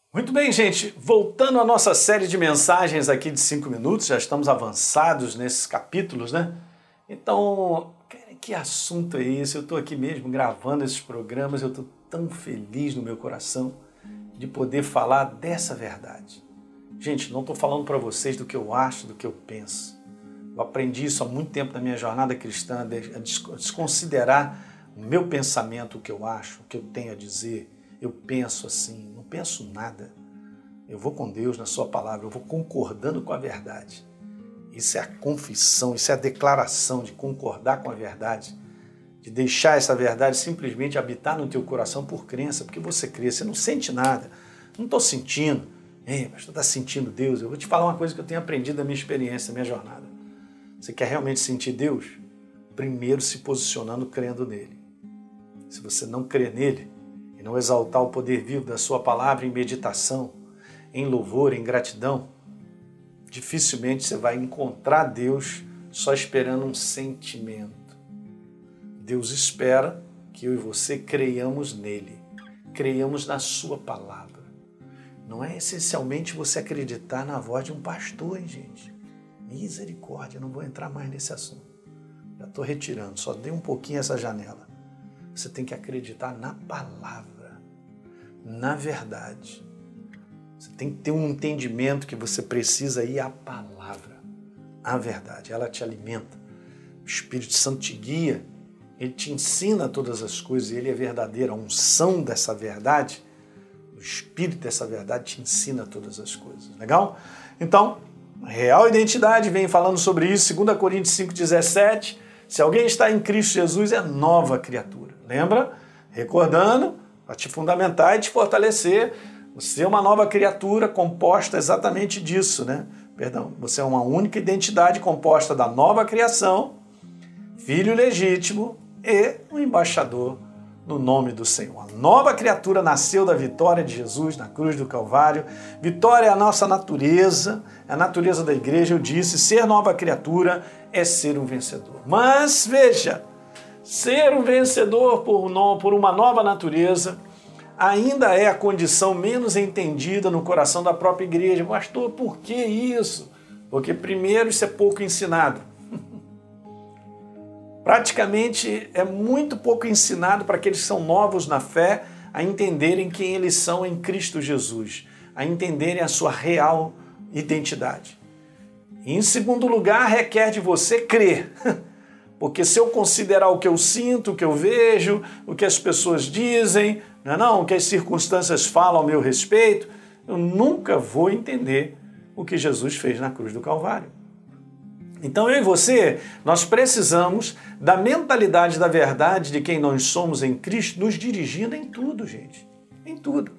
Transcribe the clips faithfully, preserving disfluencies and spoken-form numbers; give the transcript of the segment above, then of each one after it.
Muito bem, gente. Voltando à nossa série de mensagens aqui de cinco minutos, já estamos avançados nesses capítulos, né? Então, que assunto é esse? Eu estou aqui mesmo gravando esses programas, eu estou tão feliz no meu coração de poder falar dessa verdade. Gente, não estou falando para vocês do que eu acho, do que eu penso. Eu aprendi isso há muito tempo na minha jornada cristã, a desconsiderar o meu pensamento, o que eu acho, o que eu tenho a dizer. Eu penso assim, não penso nada. Eu vou com Deus na sua palavra, eu vou concordando com a verdade. Isso é a confissão, isso é a declaração de concordar com a verdade, de deixar essa verdade simplesmente habitar no teu coração por crença, porque você crê, você não sente nada. Não estou sentindo. Ei, mas tu está sentindo Deus? Eu vou te falar uma coisa que eu tenho aprendido da minha experiência, da minha jornada. Você quer realmente sentir Deus? Primeiro se posicionando crendo nele. Se você não crê nele, e não exaltar o poder vivo da sua palavra em meditação, em louvor, em gratidão, dificilmente você vai encontrar Deus só esperando um sentimento. Deus espera que eu e você creiamos nele, creiamos na sua palavra. Não é essencialmente você acreditar na voz de um pastor, hein, gente? Misericórdia, não vou entrar mais nesse assunto. Já estou retirando, só dei um pouquinho essa janela. Você tem que acreditar na palavra, na verdade. Você tem que ter um entendimento que você precisa ir à palavra, à verdade. Ela te alimenta. O Espírito Santo te guia, ele te ensina todas as coisas e ele é verdadeiro. A unção dessa verdade, o Espírito dessa verdade te ensina todas as coisas. Legal? Então, real identidade, vem falando sobre isso, segunda Coríntios cinco, dezessete. Se alguém está em Cristo Jesus, é nova criatura. Lembra? Recordando, para te fundamentar e te fortalecer. Você é uma nova criatura composta exatamente disso, né? Perdão, você é uma única identidade composta da nova criação, filho legítimo e um embaixador no nome do Senhor. A nova criatura nasceu da vitória de Jesus na cruz do Calvário. Vitória é a nossa natureza, é a natureza da igreja. Eu disse, ser nova criatura é ser um vencedor. Mas, veja, ser um vencedor por, no, por uma nova natureza ainda é a condição menos entendida no coração da própria igreja. Pastor, por que isso? Porque, primeiro, isso é pouco ensinado. Praticamente é muito pouco ensinado para aqueles que são novos na fé a entenderem quem eles são em Cristo Jesus, a entenderem a sua real identidade. E, em segundo lugar, requer de você crer. Porque se eu considerar o que eu sinto, o que eu vejo, o que as pessoas dizem, não é não? O que as circunstâncias falam ao meu respeito, eu nunca vou entender o que Jesus fez na cruz do Calvário. Então eu e você, nós precisamos da mentalidade da verdade de quem nós somos em Cristo, nos dirigindo em tudo, gente. Em tudo.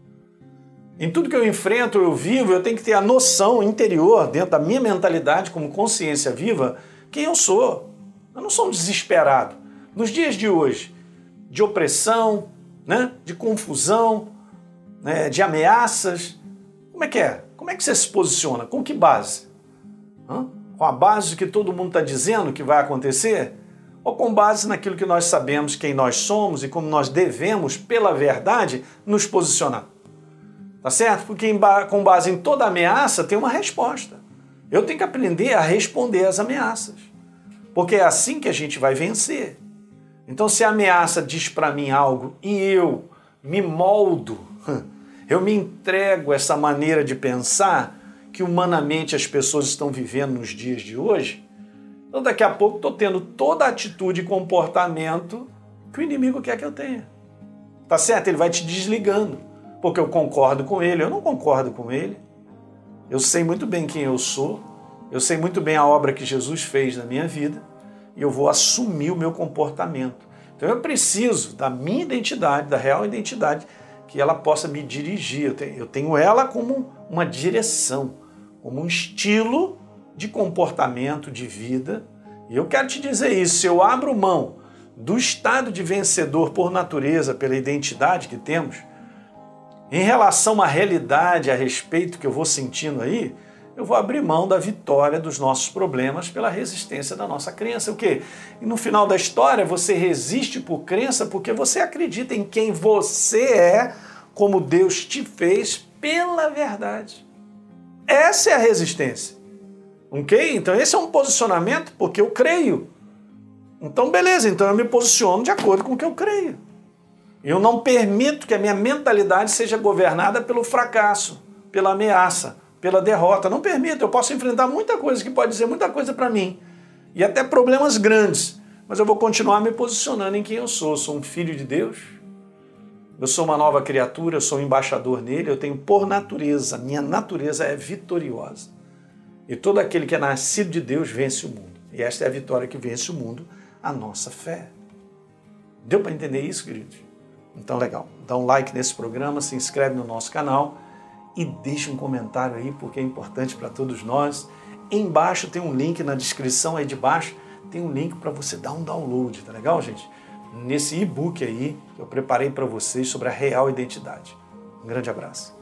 Em tudo que eu enfrento, eu vivo, eu tenho que ter a noção interior, dentro da minha mentalidade como consciência viva, quem eu sou. Eu não sou um desesperado. Nos dias de hoje, de opressão, né, de confusão, né, de ameaças, como é que é? Como é que você se posiciona? Com que base? Hã? Com a base de que todo mundo está dizendo que vai acontecer? Ou com base naquilo que nós sabemos quem nós somos e como nós devemos, pela verdade, nos posicionar? Tá certo? Porque em ba- com base em toda ameaça tem uma resposta. Eu tenho que aprender a responder às ameaças. Porque é assim que a gente vai vencer. Então, se a ameaça diz para mim algo e eu me moldo, eu me entrego a essa maneira de pensar que humanamente as pessoas estão vivendo nos dias de hoje, então daqui a pouco estou tendo toda a atitude e comportamento que o inimigo quer que eu tenha. Tá certo? Ele vai te desligando, porque eu concordo com ele, eu não concordo com ele. Eu sei muito bem quem eu sou, eu sei muito bem a obra que Jesus fez na minha vida e eu vou assumir o meu comportamento. Então eu preciso da minha identidade, da real identidade, que ela possa me dirigir. Eu tenho, eu tenho ela como uma direção, como um estilo de comportamento, de vida. E eu quero te dizer isso, se eu abro mão do estado de vencedor por natureza, pela identidade que temos, em relação à realidade, a respeito que eu vou sentindo aí, eu vou abrir mão da vitória dos nossos problemas pela resistência da nossa crença. O quê? E no final da história, você resiste por crença porque você acredita em quem você é, como Deus te fez pela verdade. Essa é a resistência. Ok? Então esse é um posicionamento porque eu creio. Então beleza, então eu me posiciono de acordo com o que eu creio. Eu não permito que a minha mentalidade seja governada pelo fracasso, pela ameaça, pela derrota. Não permito, eu posso enfrentar muita coisa que pode dizer muita coisa para mim. E até problemas grandes. Mas eu vou continuar me posicionando em quem eu sou. Eu sou um filho de Deus. Eu sou uma nova criatura, eu sou um embaixador nele. Eu tenho por natureza, minha natureza é vitoriosa. E todo aquele que é nascido de Deus vence o mundo. E esta é a vitória que vence o mundo, a nossa fé. Deu para entender isso, queridos? Então, legal. Dá um like nesse programa, se inscreve no nosso canal e deixa um comentário aí, porque é importante para todos nós. Embaixo tem um link, na descrição aí de baixo, tem um link para você dar um download, tá legal, gente? Nesse e-book aí que eu preparei para vocês sobre a real identidade. Um grande abraço.